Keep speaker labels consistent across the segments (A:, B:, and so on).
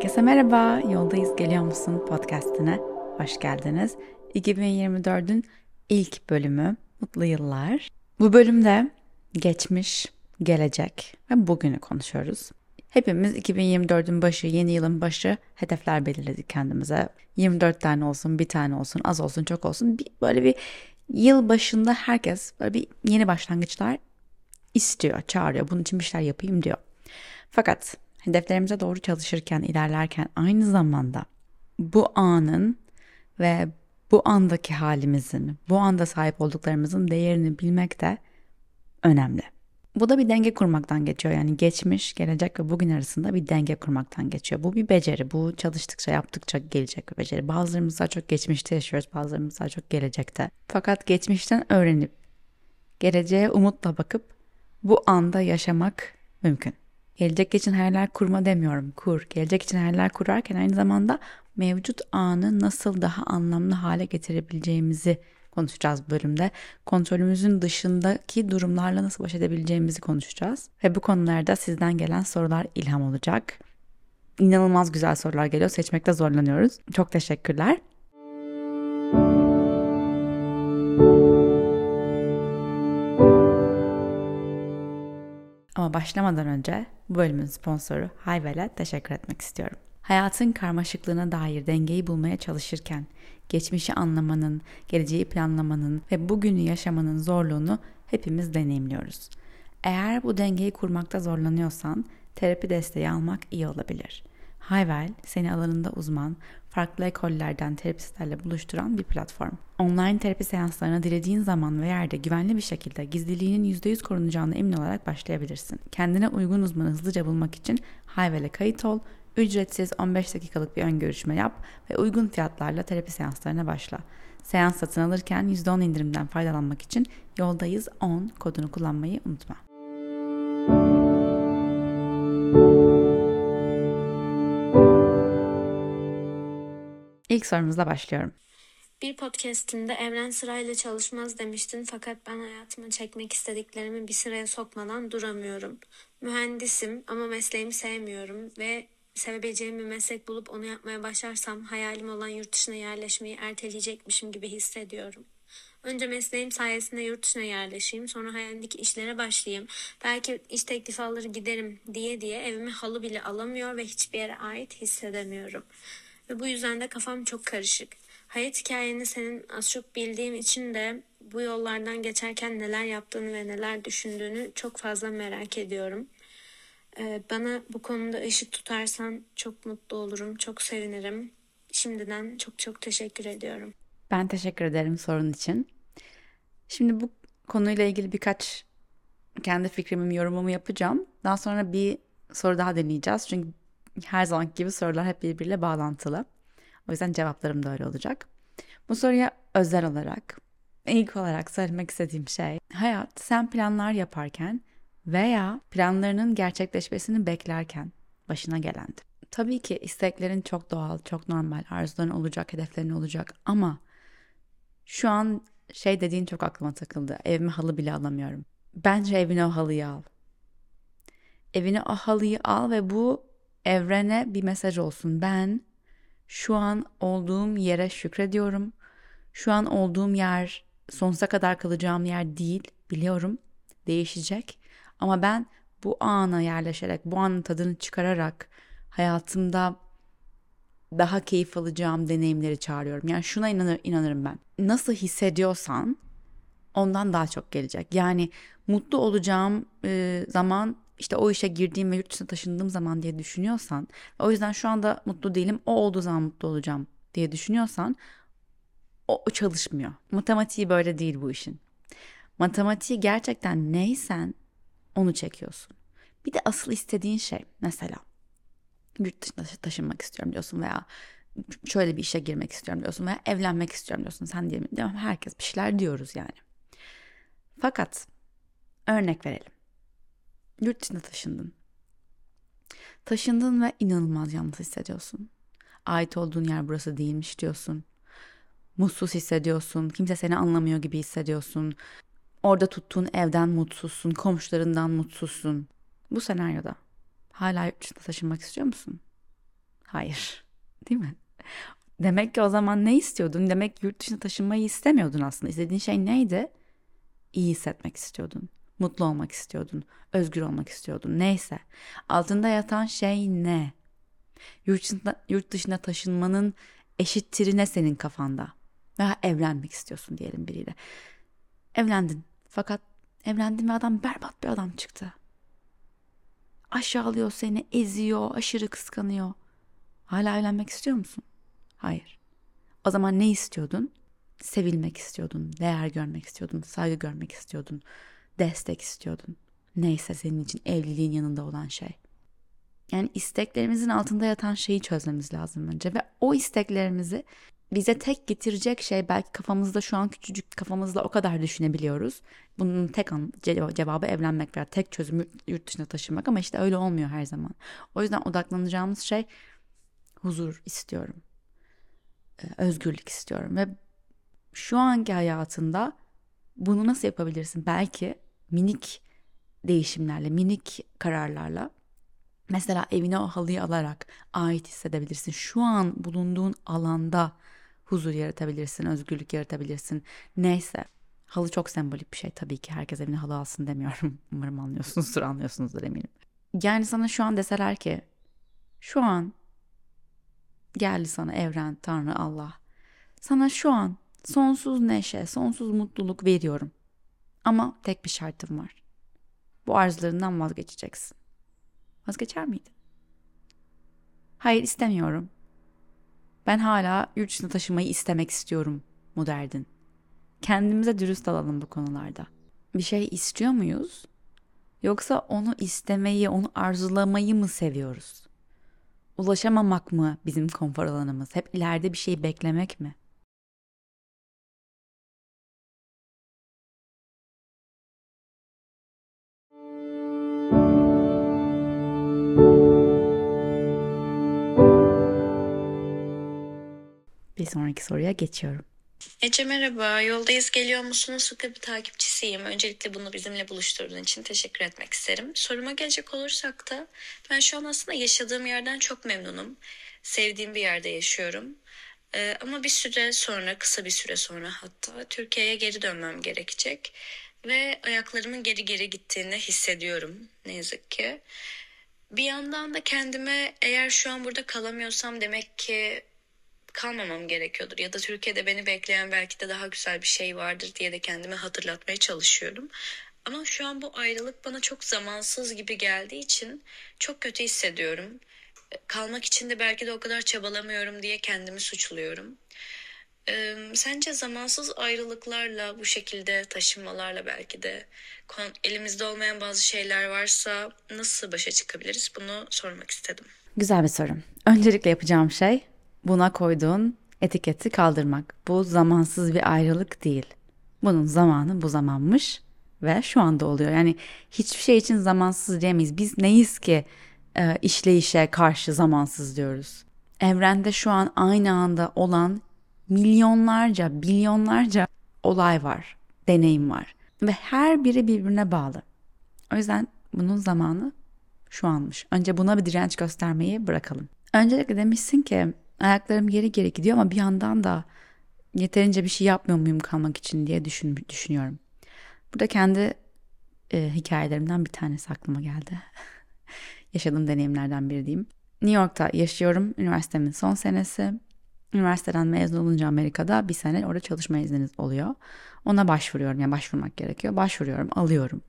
A: Herkese merhaba, Yoldayız Geliyor Musun podcastine hoş geldiniz. 2024'ün ilk bölümü, mutlu yıllar. Bu bölümde geçmiş, gelecek ve bugünü konuşuyoruz. Hepimiz 2024'ün başı, yeni yılın başı hedefler belirledik kendimize. 24 tane olsun, bir tane olsun, az olsun, çok olsun. Böyle bir yıl başında herkes böyle bir yeni başlangıçlar istiyor, çağırıyor. Bunun için bir şeyler yapayım diyor. Fakat hedeflerimize doğru çalışırken, ilerlerken aynı zamanda bu anın ve bu andaki halimizin, bu anda sahip olduklarımızın değerini bilmek de önemli. Bu da bir denge kurmaktan geçiyor. Yani geçmiş, gelecek ve bugün arasında bir denge kurmaktan geçiyor. Bu bir beceri. Bu çalıştıkça, yaptıkça gelecek bir beceri. Bazılarımız daha çok geçmişte yaşıyoruz, bazılarımız daha çok gelecekte. Fakat geçmişten öğrenip, geleceğe umutla bakıp bu anda yaşamak mümkün. Gelecek için hayaller kurma demiyorum, kur. Gelecek için hayaller kurarken aynı zamanda mevcut anı nasıl daha anlamlı hale getirebileceğimizi konuşacağız bu bölümde. Kontrolümüzün dışındaki durumlarla nasıl baş edebileceğimizi konuşacağız. Ve bu konularda sizden gelen sorular ilham olacak. İnanılmaz güzel sorular geliyor. Seçmekte zorlanıyoruz. Çok teşekkürler. Ama başlamadan önce bu bölümün sponsoru Hayvel'e teşekkür etmek istiyorum. Hayatın karmaşıklığına dair dengeyi bulmaya çalışırken geçmişi anlamanın, geleceği planlamanın ve bugünü yaşamanın zorluğunu hepimiz deneyimliyoruz. Eğer bu dengeyi kurmakta zorlanıyorsan terapi desteği almak iyi olabilir. Hayvel, seni alanında uzman, farklı ekollerden terapistlerle buluşturan bir platform. Online terapi seanslarına dilediğin zaman ve yerde güvenli bir şekilde gizliliğinin %100 korunacağına emin olarak başlayabilirsin. Kendine uygun uzmanı hızlıca bulmak için Hayvel'e kayıt ol, ücretsiz 15 dakikalık bir ön görüşme yap ve uygun fiyatlarla terapi seanslarına başla. Seans satın alırken %10 indirimden faydalanmak için Yoldayız 10 kodunu kullanmayı unutma. İlk sorumuzla başlıyorum.
B: Bir podcast'inde evren sırayla çalışmaz demiştin fakat ben hayatıma çekmek istediklerimi bir sıraya sokmadan duramıyorum. Mühendisim ama mesleğimi sevmiyorum ve sevebileceğim bir meslek bulup onu yapmaya başlarsam hayalim olan yurt dışına yerleşmeyi erteleyecekmişim gibi hissediyorum. Önce mesleğim sayesinde yurt dışına yerleşeyim, sonra hayalimdeki işlere başlayayım. Belki iş teklifi alır giderim diye evime halı bile alamıyor ve hiçbir yere ait hissedemiyorum. Ve bu yüzden de kafam çok karışık. Hayat hikayeni senin az çok bildiğim için de bu yollardan geçerken neler yaptığını ve neler düşündüğünü çok fazla merak ediyorum. Bana bu konuda ışık tutarsan çok mutlu olurum, çok sevinirim. Şimdiden çok çok teşekkür ediyorum.
A: Ben teşekkür ederim sorun için. Şimdi bu konuyla ilgili birkaç kendi fikrimi, yorumumu yapacağım. Daha sonra bir soru daha deneyeceğiz. Çünkü her zamanki gibi sorular hep birbiriyle bağlantılı. O yüzden cevaplarım da öyle olacak. Bu soruya özel olarak, ilk olarak söylemek istediğim şey, hayat sen planlar yaparken veya planlarının gerçekleşmesini beklerken başına gelendir. Tabii ki isteklerin çok doğal, çok normal, arzuların olacak, hedeflerin olacak ama şu an dediğin çok aklıma takıldı. Evime halı bile alamıyorum. Bence evine o halıyı al. Evine o halıyı al ve bu evrene bir mesaj olsun. Ben şu an olduğum yere şükrediyorum. Şu an olduğum yer sonsuza kadar kalacağım yer değil. Biliyorum değişecek. Ama ben bu ana yerleşerek, bu anın tadını çıkararak hayatımda daha keyif alacağım deneyimleri çağırıyorum. Yani şuna inanırım ben. Nasıl hissediyorsan ondan daha çok gelecek. Yani mutlu olacağım zaman işte o işe girdiğim ve yurt dışına taşındığım zaman diye düşünüyorsan, o yüzden şu anda mutlu değilim, o olduğu zaman mutlu olacağım diye düşünüyorsan o çalışmıyor. Matematiği böyle değil bu işin. Matematiği gerçekten neysen onu çekiyorsun. Bir de asıl istediğin şey mesela yurt dışına taşınmak istiyorum diyorsun veya şöyle bir işe girmek istiyorum diyorsun veya evlenmek istiyorum diyorsun. Sen diyelim, değil mi? Herkes bir şeyler diyoruz yani. Fakat örnek verelim. Yurt dışına taşındın. Taşındın ve inanılmaz yalnız hissediyorsun. Ait olduğun yer burası değilmiş diyorsun. Mutsuz hissediyorsun. Kimse seni anlamıyor gibi hissediyorsun. Orada tuttuğun evden mutsuzsun. Komşularından mutsuzsun. Bu senaryoda hala yurt dışına taşınmak istiyor musun? Hayır. Değil mi? Demek ki o zaman ne istiyordun? Demek ki yurt dışına taşınmayı istemiyordun aslında. İstediğin şey neydi? İyi hissetmek istiyordun. Mutlu olmak istiyordun. Özgür olmak istiyordun. Neyse. Altında yatan şey ne? Yurt dışına taşınmanın eşittiri ne senin kafanda? Veya evlenmek istiyorsun diyelim biriyle. Evlendin. Fakat evlendin ve adam berbat bir adam çıktı. Aşağılıyor seni, eziyor, aşırı kıskanıyor. Hala evlenmek istiyor musun? Hayır. O zaman ne istiyordun? Sevilmek istiyordun, değer görmek istiyordun, saygı görmek istiyordun, destek istiyordun. Neyse senin için evliliğin yanında olan şey. Yani isteklerimizin altında yatan şeyi çözmemiz lazım önce ve o isteklerimizi bize tek getirecek şey belki kafamızda şu an küçücük kafamızda o kadar düşünebiliyoruz. Bunun tek cevabı evlenmek veya tek çözümü yurt dışına taşınmak ama işte öyle olmuyor her zaman. O yüzden odaklanacağımız şey huzur istiyorum. Özgürlük istiyorum ve şu anki hayatında bunu nasıl yapabilirsin? Belki minik değişimlerle, minik kararlarla. Mesela evine o halıyı alarak ait hissedebilirsin. Şu an bulunduğun alanda huzur yaratabilirsin, özgürlük yaratabilirsin. Neyse. Halı çok sembolik bir şey tabii ki. Herkes evine halı alsın demiyorum. Umarım anlıyorsunuzdur eminim. Yani sana şu an deseler ki şu an geldi sana evren, Tanrı, Allah. Sana şu an sonsuz neşe, sonsuz mutluluk veriyorum. Ama tek bir şartım var. Bu arzularından vazgeçeceksin. Vazgeçer miydin? Hayır, istemiyorum. Ben hala yurt dışına taşımayı istemek istiyorum mu derdin? Kendimize dürüst olalım bu konularda. Bir şey istiyor muyuz? Yoksa onu istemeyi, onu arzulamayı mı seviyoruz? Ulaşamamak mı bizim konfor alanımız? Hep ileride bir şey beklemek mi? Bir sonraki soruya geçiyorum.
B: Ece merhaba, yoldayız geliyor musunun sıkı bir takipçisiyim. Öncelikle bunu bizimle buluşturduğun için teşekkür etmek isterim. Soruma gelecek olursak da ben şu an aslında yaşadığım yerden çok memnunum. Sevdiğim bir yerde yaşıyorum. Ama bir süre sonra, kısa bir süre sonra hatta Türkiye'ye geri dönmem gerekecek. Ve ayaklarımın geri geri gittiğini hissediyorum ne yazık ki. Bir yandan da kendime eğer şu an burada kalamıyorsam demek ki kalmamam gerekiyordur ya da Türkiye'de beni bekleyen belki de daha güzel bir şey vardır diye de kendime hatırlatmaya çalışıyorum. Ama şu an bu ayrılık bana çok zamansız gibi geldiği için çok kötü hissediyorum. Kalmak için de belki de o kadar çabalamıyorum diye kendimi suçluyorum. Sence zamansız ayrılıklarla, bu şekilde taşınmalarla belki de elimizde olmayan bazı şeyler varsa nasıl başa çıkabiliriz? Bunu sormak istedim.
A: Güzel bir soru. Öncelikle yapacağım şey buna koyduğun etiketi kaldırmak. Bu zamansız bir ayrılık değil. Bunun zamanı bu zamanmış ve şu anda oluyor. Yani hiçbir şey için zamansız diyemeyiz. Biz neyiz ki işleyişe karşı zamansız diyoruz. Evrende şu an aynı anda olan milyonlarca, bilyonlarca olay var, deneyim var. Ve her biri birbirine bağlı. O yüzden bunun zamanı şu anmış. Önce buna bir direnç göstermeyi bırakalım. Öncelikle demişsin ki ayaklarım geri geri gidiyor ama bir yandan da yeterince bir şey yapmıyor muyum kalmak için diye düşünüyorum. Burada kendi hikayelerimden bir tanesi aklıma geldi. Yaşadığım deneyimlerden biri diyeyim. New York'ta yaşıyorum. Üniversitemin son senesi. Üniversiteden mezun olunca Amerika'da bir sene orada çalışma izniniz oluyor. Ona başvuruyorum. Yani başvurmak gerekiyor. Başvuruyorum, alıyorum.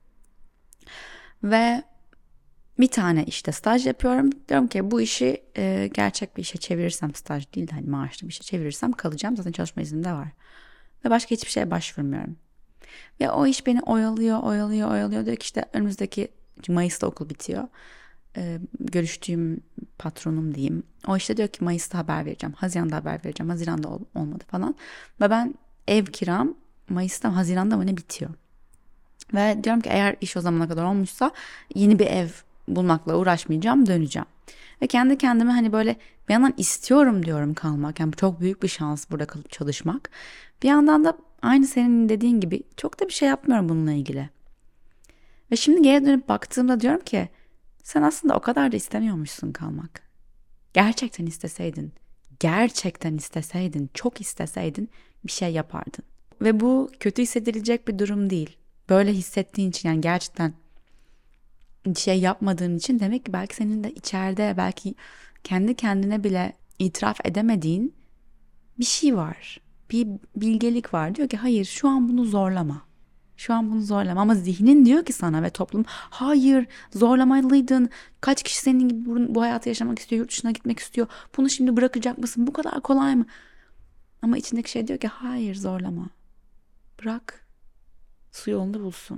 A: Ve bir tane işte staj yapıyorum. Diyorum ki bu işi gerçek bir işe çevirirsem, staj değil de hani maaşlı bir işe çevirirsem kalacağım. Zaten çalışma iznim de var. Ve başka hiçbir şeye başvurmuyorum. Ve o iş beni oyalıyor. Diyor ki işte önümüzdeki Mayıs'ta okul bitiyor. Görüştüğüm patronum diyeyim. O işte diyor ki Mayıs'ta haber vereceğim. Haziran'da haber vereceğim. Haziran'da olmadı falan. Ve ben ev kiram Mayıs'ta Haziran'da mı ne bitiyor. Ve diyorum ki eğer iş o zamana kadar olmuşsa yeni bir ev bulmakla uğraşmayacağım, döneceğim. Ve kendi kendime hani böyle bir yandan istiyorum diyorum kalmak. Yani çok büyük bir şans burada kalıp çalışmak. Bir yandan da aynı senin dediğin gibi çok da bir şey yapmıyorum bununla ilgili. Ve şimdi geri dönüp baktığımda diyorum ki sen aslında o kadar da istemiyormuşsun kalmak. Gerçekten isteseydin, çok isteseydin bir şey yapardın. Ve bu kötü hissedilecek bir durum değil. Böyle hissettiğin için, yani gerçekten bir şey yapmadığın için, demek ki belki senin de içeride, belki kendi kendine bile itiraf edemediğin bir şey var. Bir bilgelik var. Diyor ki hayır, şu an bunu zorlama. Şu an bunu zorlama. Ama zihnin diyor ki sana ve toplum, hayır zorlamalıydın. Kaç kişi senin gibi bu hayatı yaşamak istiyor, yurt dışına gitmek istiyor. Bunu şimdi bırakacak mısın? Bu kadar kolay mı? Ama içindeki şey diyor ki hayır, zorlama. Bırak. Su yolunu bulsun.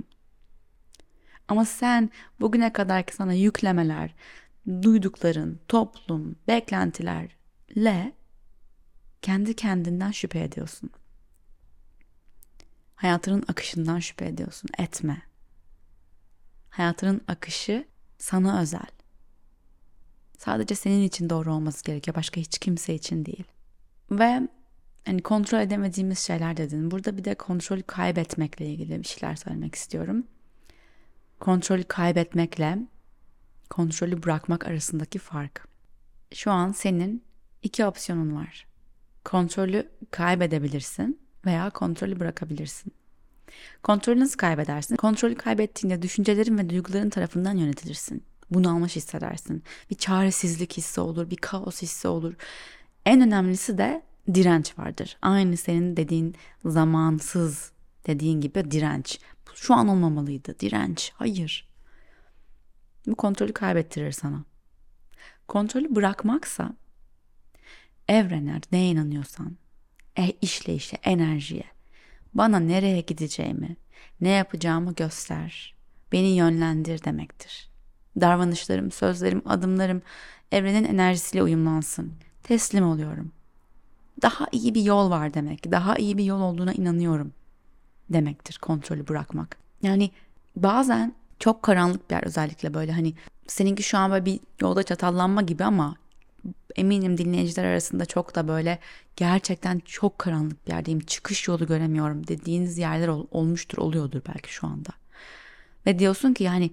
A: Ama sen bugüne kadarki sana yüklemeler, duydukların, toplum, beklentilerle kendi kendinden şüphe ediyorsun. Hayatının akışından şüphe ediyorsun. Etme. Hayatının akışı sana özel. Sadece senin için doğru olması gerekiyor. Başka hiç kimse için değil. Ve hani kontrol edemediğimiz şeyler dedin. Burada bir de kontrolü kaybetmekle ilgili bir şeyler söylemek istiyorum. Kontrolü kaybetmekle kontrolü bırakmak arasındaki fark. Şu an senin iki opsiyonun var. Kontrolü kaybedebilirsin veya kontrolü bırakabilirsin. Kontrolü nasıl kaybedersin? Kontrolü kaybettiğinde düşüncelerin ve duyguların tarafından yönetilirsin. Bunalmış hissedersin. Bir çaresizlik hissi olur, bir kaos hissi olur. En önemlisi de direnç vardır. Aynı senin dediğin zamansız dediğin gibi direnç. Şu an olmamalıydı. Direnç. Hayır. Bu kontrolü kaybettirir sana. Kontrolü bırakmaksa evrene, neye inanıyorsan, işleyişe, enerjiye, bana nereye gideceğimi, ne yapacağımı göster, beni yönlendir demektir. Davranışlarım, sözlerim, adımlarım evrenin enerjisiyle uyumlansın. Teslim oluyorum. Daha iyi bir yol var demek. Daha iyi bir yol olduğuna inanıyorum demektir kontrolü bırakmak. Yani bazen çok karanlık bir yer, özellikle böyle hani seninki şu an böyle bir yolda çatallanma gibi, ama eminim dinleyiciler arasında çok da böyle gerçekten çok karanlık bir yerdeyim, çıkış yolu göremiyorum dediğiniz yerler olmuştur, oluyordur belki şu anda. Ve diyorsun ki yani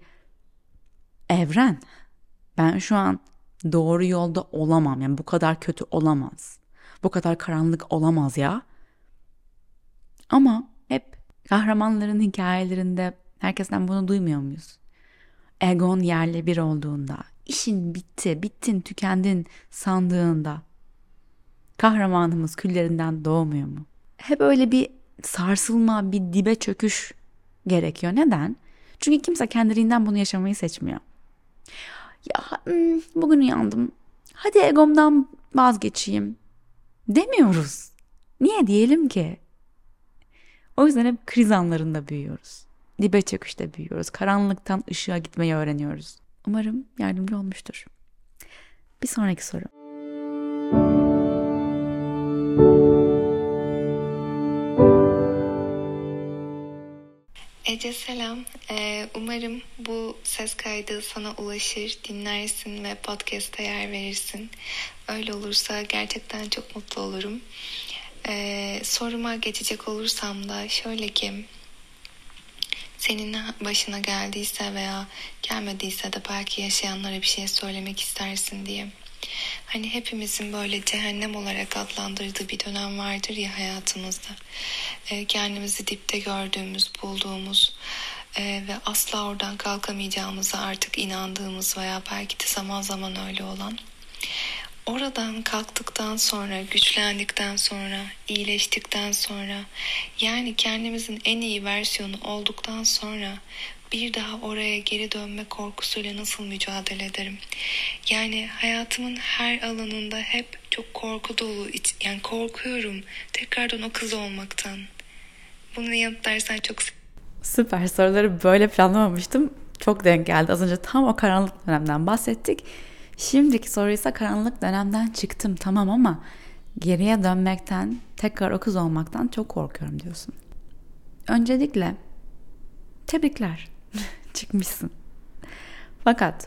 A: evren, ben şu an doğru yolda olamam, yani bu kadar kötü olamaz. Bu kadar karanlık olamaz ya. Ama hep kahramanların hikayelerinde herkesten bunu duymuyor muyuz? Egon yerle bir olduğunda, işin bitti, bittin, tükendin sandığında kahramanımız küllerinden doğmuyor mu? Hep öyle bir sarsılma, bir dibe çöküş gerekiyor. Neden? Çünkü kimse kendiliğinden bunu yaşamayı seçmiyor. Ya bugün uyandım, hadi egomdan vazgeçeyim demiyoruz. Niye diyelim ki? O yüzden hep kriz anlarında büyüyoruz. Dibe çöküşte büyüyoruz. Karanlıktan ışığa gitmeyi öğreniyoruz. Umarım yardımcı olmuştur. Bir sonraki soru.
C: Ece selam. Umarım bu ses kaydı sana ulaşır, dinlersin ve podcast'a yer verirsin. Öyle olursa gerçekten çok mutlu olurum. Soruma geçecek olursam da şöyle ki, senin başına geldiyse veya gelmediyse de belki yaşayanlara bir şey söylemek istersin diye. Hani hepimizin böyle cehennem olarak adlandırdığı bir dönem vardır ya hayatımızda. Kendimizi dipte gördüğümüz, bulduğumuz ve asla oradan kalkamayacağımıza artık inandığımız veya belki de zaman zaman öyle olan. Oradan kalktıktan sonra, güçlendikten sonra, iyileştikten sonra, yani kendimizin en iyi versiyonu olduktan sonra bir daha oraya geri dönme korkusuyla nasıl mücadele ederim? Yani hayatımın her alanında hep çok korku dolu, yani korkuyorum tekrardan o kız olmaktan. Bunu yanıtlarsan çok
A: Süper, soruları böyle planlamamıştım. Çok denk geldi. Az önce tam o karanlık dönemden bahsettik. Şimdiki soruysa karanlık dönemden çıktım tamam, ama geriye dönmekten, tekrar o kız olmaktan çok korkuyorum diyorsun. Öncelikle tebrikler. Çıkmışsın. Fakat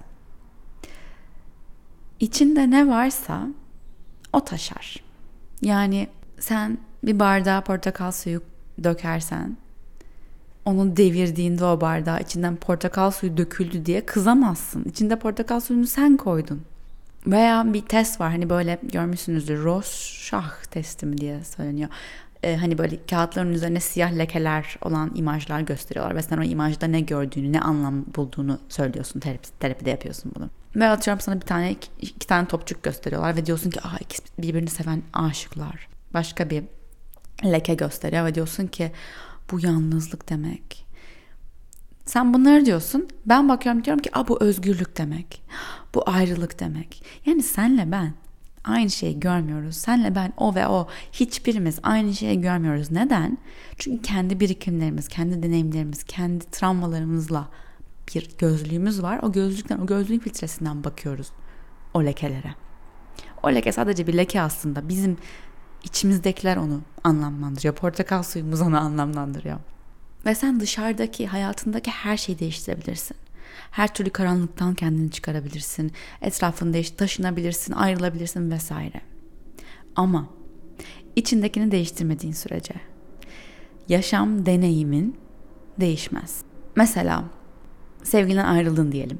A: içinde ne varsa o taşar. Yani sen bir bardağa portakal suyu dökersen, onu devirdiğinde o bardağı, içinden portakal suyu döküldü diye kızamazsın. İçinde portakal suyunu sen koydun. Veya bir test var, hani böyle görmüşsünüzdür, Rorschach testi mi diye söyleniyor. Hani böyle kağıtların üzerine siyah lekeler olan imajlar gösteriyorlar ve sen o imajda ne gördüğünü, ne anlam bulduğunu söylüyorsun, terapide yapıyorsun bunu. Ve atıyorum sana iki tane topçuk gösteriyorlar ve diyorsun ki ikisi birbirini seven aşıklar. Başka bir leke gösteriyor ve diyorsun ki bu yalnızlık demek. Sen bunları diyorsun. Ben bakıyorum, diyorum ki bu özgürlük demek. Bu ayrılık demek. Yani senle ben aynı şeyi görmüyoruz. Senle ben, o ve o, hiçbirimiz aynı şeyi görmüyoruz. Neden? Çünkü kendi birikimlerimiz, kendi deneyimlerimiz, kendi travmalarımızla bir gözlüğümüz var. O gözlüğün filtresinden bakıyoruz o lekelere. O leke sadece bir leke aslında. Bizim içimizdekiler onu anlamlandırıyor. Portakal suyumuz onu anlamlandırıyor. Ve sen dışarıdaki, hayatındaki her şeyi değiştirebilirsin. Her türlü karanlıktan kendini çıkarabilirsin. Etrafını taşınabilirsin, ayrılabilirsin vesaire. Ama içindekini değiştirmediğin sürece yaşam deneyimin değişmez. Mesela sevgilinden ayrıldın diyelim.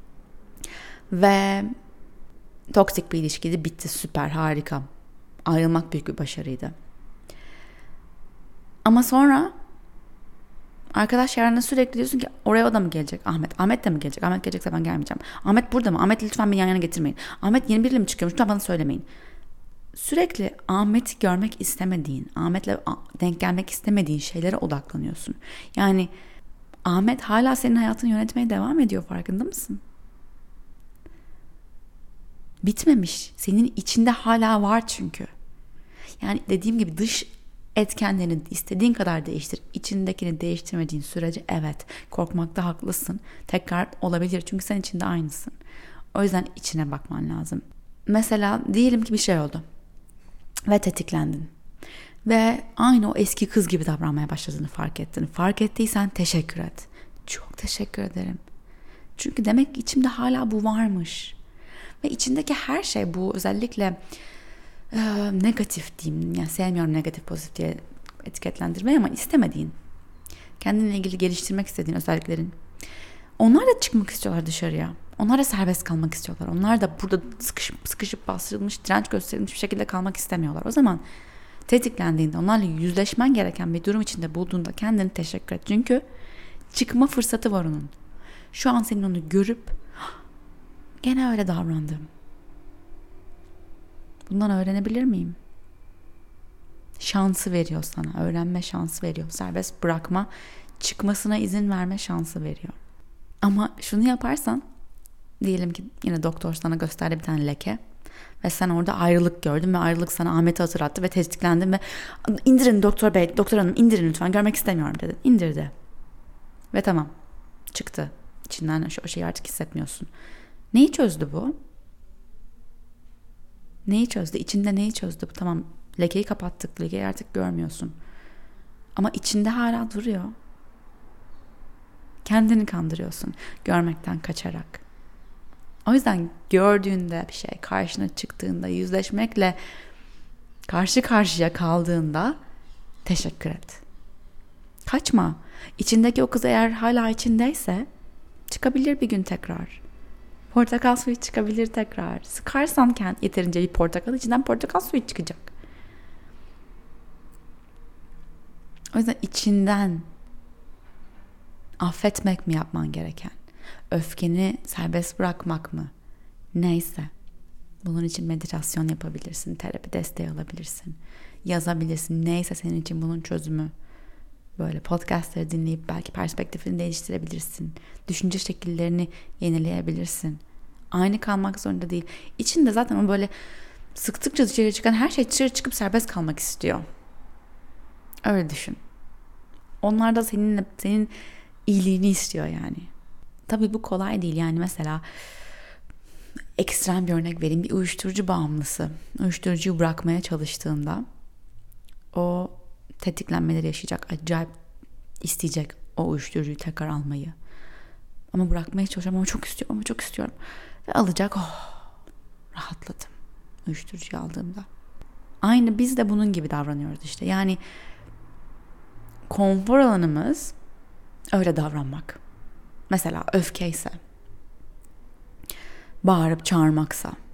A: Ve toksik bir ilişkiydi, bitti, süper, harika. Ayrılmak büyük bir başarıydı. Ama sonra arkadaş çevrende sürekli diyorsun ki oraya o da mı gelecek? Ahmet de mi gelecek? Ahmet gelecekse ben gelmeyeceğim. Ahmet burada mı? Ahmet lütfen beni yan yana getirmeyin. Ahmet yeni biriyle mi çıkıyormuş? Lütfen bana söylemeyin. Sürekli Ahmet'i görmek istemediğin, Ahmet'le denk gelmek istemediğin şeylere odaklanıyorsun. Yani Ahmet hala senin hayatını yönetmeye devam ediyor, farkında mısın? Bitmemiş. Senin içinde hala var çünkü. Yani dediğim gibi dış etkenlerini istediğin kadar değiştir. İçindekini değiştirmediğin sürece evet, korkmakta haklısın. Tekrar olabilir çünkü sen içinde aynısın. O yüzden içine bakman lazım. Mesela diyelim ki bir şey oldu ve tetiklendin. Ve aynı o eski kız gibi davranmaya başladığını fark ettin. Fark ettiysen teşekkür et. Çok teşekkür ederim. Çünkü demek ki içimde hala bu varmış. Ve içindeki her şey, bu özellikle negatif diyeyim. Yani sevmiyorum negatif pozitif diye etiketlendirmeyi, ama istemediğin, kendinle ilgili geliştirmek istediğin özelliklerin. Onlar da çıkmak istiyorlar dışarıya. Onlar da serbest kalmak istiyorlar. Onlar da burada sıkışıp bastırılmış, direnç gösterilmiş bir şekilde kalmak istemiyorlar. O zaman tetiklendiğinde, onlarla yüzleşmen gereken bir durum içinde bulduğunda kendini teşekkür et. Çünkü çıkma fırsatı var onun. Şu an senin onu görüp gene öyle davrandım. Bundan öğrenebilir miyim? Şansı veriyor sana. Öğrenme şansı veriyor. Serbest bırakma, çıkmasına izin verme şansı veriyor. Ama şunu yaparsan, diyelim ki yine doktor sana gösterdi bir tane leke ve sen orada ayrılık gördün ve ayrılık sana Ahmet'i hatırlattı ve tetiklendin ve indirin doktor bey, doktor hanım indirin lütfen, görmek istemiyorum dedin. İndirdi. Ve tamam, çıktı. İçinden o şeyi artık hissetmiyorsun. Neyi çözdü bu? Neyi çözdü? İçinde neyi çözdü? Tamam, lekeyi kapattık. Lekeyi artık görmüyorsun. Ama içinde hala duruyor. Kendini kandırıyorsun. Görmekten kaçarak. O yüzden gördüğünde bir şey, karşına çıktığında, yüzleşmekle karşı karşıya kaldığında teşekkür et. Kaçma. İçindeki o kız eğer hala içindeyse çıkabilir bir gün tekrar. Portakal suyu çıkabilir tekrar. Sıkarsan yeterince bir portakal, içinden portakal suyu çıkacak. O yüzden içinden affetmek mi yapman gereken? Öfkeni serbest bırakmak mı? Neyse. Bunun için meditasyon yapabilirsin. Terapi desteği alabilirsin. Yazabilirsin. Neyse senin için bunun çözümü. Böyle podcastları dinleyip belki perspektifini değiştirebilirsin. Düşünce şekillerini yenileyebilirsin. Aynı kalmak zorunda değil. İçinde zaten o böyle sıktıkça dışarı çıkan her şey dışarı çıkıp serbest kalmak istiyor. Öyle düşün. Onlar da senin iyiliğini istiyor yani. Tabii bu kolay değil. Yani mesela ekstrem bir örnek vereyim. Bir uyuşturucu bağımlısı uyuşturucuyu bırakmaya çalıştığında o tetiklenmeleri yaşayacak. Acayip isteyecek o uyuşturucuyu tekrar almayı. Ama bırakmaya çalışıyorum, ama çok istiyorum. Ve alacak. Rahatladım uyuşturucuyu aldığımda. Aynı biz de bunun gibi davranıyoruz işte. Yani konfor alanımız öyle davranmak. Mesela öfkeyse, bağırıp çağırmaksa,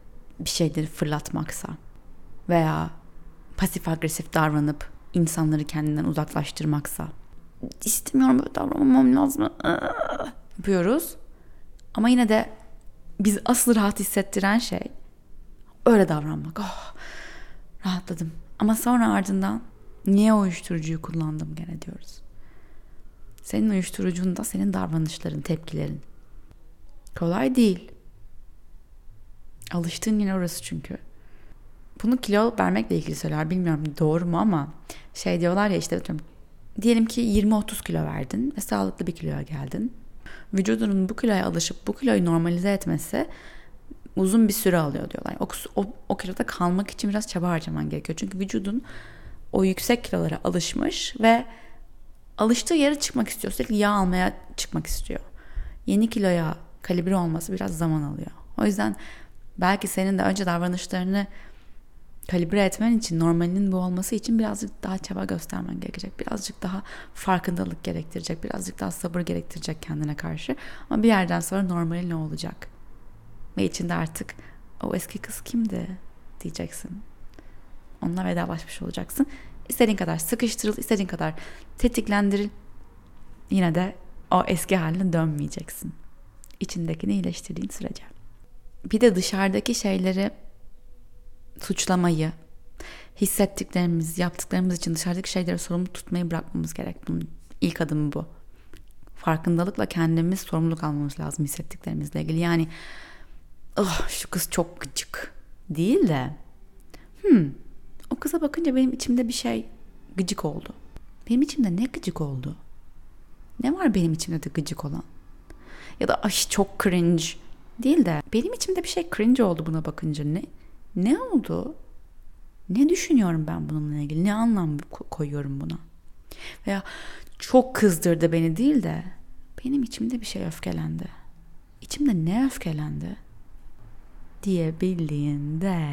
A: bir şeyleri fırlatmaksa veya pasif agresif davranıp insanları kendinden uzaklaştırmaksa, istemiyorum böyle davranmam lazım yapıyoruz. Ama yine de biz asıl rahat hissettiren şey öyle davranmak. Oh, rahatladım. Ama sonra ardından niye o uyuşturucuyu kullandım gene diyoruz. Senin uyuşturucun da senin davranışların, tepkilerin. Kolay değil. Alıştığın yine orası çünkü. Bunu kilo vermekle ilgili söyler. Bilmiyorum doğru mu ama diyorlar ya işte diyelim ki 20-30 kilo verdin ve sağlıklı bir kiloya geldin. Vücudunun bu kiloya alışıp bu kiloyu normalize etmesi uzun bir süre alıyor diyorlar. O kiloda kalmak için biraz çaba harcaman gerekiyor. Çünkü vücudun o yüksek kilolara alışmış ve alıştığı yere çıkmak istiyor. Sürekli yağ almaya çıkmak istiyor. Yeni kiloya kalibre olması biraz zaman alıyor. O yüzden belki senin de önce davranışlarını kalibre etmen için, normalinin bu olması için birazcık daha çaba göstermen gerekecek. Birazcık daha farkındalık gerektirecek. Birazcık daha sabır gerektirecek kendine karşı. Ama bir yerden sonra normalin ne olacak? Ve içinde artık o eski kız kimdi diyeceksin. Onunla vedalaşmış olacaksın. İstediğin kadar sıkıştırıl, istediğin kadar tetiklendiril. Yine de o eski haline dönmeyeceksin. İçindekini iyileştirdiğin sürece. Bir de dışarıdaki şeyleri suçlamayı, hissettiklerimiz, yaptıklarımız için dışarıdaki şeyleri sorumlu tutmayı bırakmamız gerek. Bunun ilk adımı bu. Farkındalıkla kendimiz sorumluluk almamız lazım hissettiklerimizle ilgili. Yani şu kız çok gıcık değil de o kıza bakınca benim içimde bir şey gıcık oldu. Benim içimde ne gıcık oldu? Ne var benim içimde de gıcık olan? Ya da çok cringe değil de benim içimde bir şey cringe oldu buna bakınca. Ne oldu? Ne düşünüyorum ben bununla ilgili? Ne anlam koyuyorum buna? Veya çok kızdırdı beni değil de benim içimde bir şey öfkelendi. İçimde ne öfkelendi? Diyebildiğinde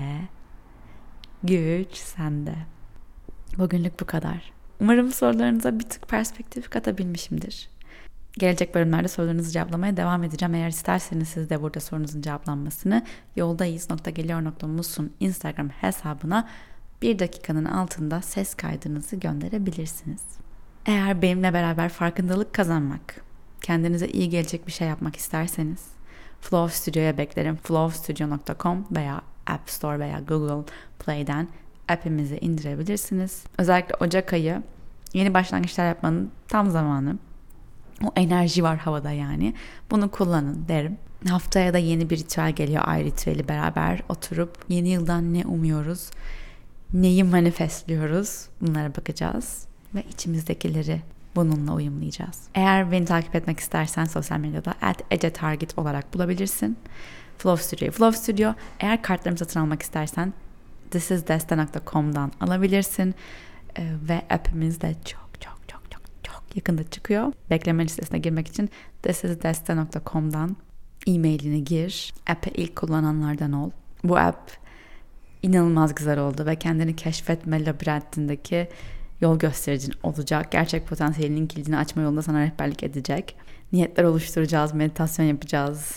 A: güç sende. Bugünlük bu kadar. Umarım sorularınıza bir tık perspektif katabilmişimdir. Gelecek bölümlerde sorularınızı cevaplamaya devam edeceğim. Eğer isterseniz siz de burada sorunuzun cevaplanmasını yoldayız.geliyor.musun Instagram hesabına 1 dakikanın altında ses kaydınızı gönderebilirsiniz. Eğer benimle beraber farkındalık kazanmak, kendinize iyi gelecek bir şey yapmak isterseniz Flow Studio'ya beklerim. flowstudio.com veya App Store veya Google Play'den app'imizi indirebilirsiniz. Özellikle Ocak ayı yeni başlangıçlar yapmanın tam zamanı. O enerji var havada yani. Bunu kullanın derim. Haftaya da yeni bir ritüel geliyor. Ay ritüeli beraber oturup yeni yıldan ne umuyoruz? Neyi manifestliyoruz? Bunlara bakacağız. Ve içimizdekileri bununla uyumlayacağız. Eğer beni takip etmek istersen sosyal medyada @ecetarget olarak bulabilirsin. Flow Studio. Eğer kartlarımı satın almak istersen thisisdeste.com'dan alabilirsin. Ve app'imiz de çok yakında çıkıyor. Bekleme listesine girmek için thisisdeste.com'dan e-mailini gir. App'e ilk kullananlardan ol. Bu app inanılmaz güzel oldu ve kendini keşfetme labirentindeki yol göstericin olacak. Gerçek potansiyelinin kilidini açma yolunda sana rehberlik edecek. Niyetler oluşturacağız, meditasyon yapacağız,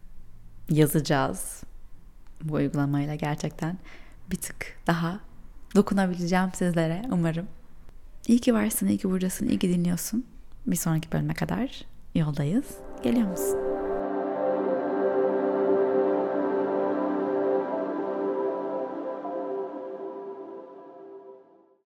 A: yazacağız. Bu uygulamayla gerçekten bir tık daha dokunabileceğim sizlere umarım. İyi ki varsın, iyi ki buradasın, iyi ki dinliyorsun. Bir sonraki bölüme kadar yoldayız. Geliyor musun?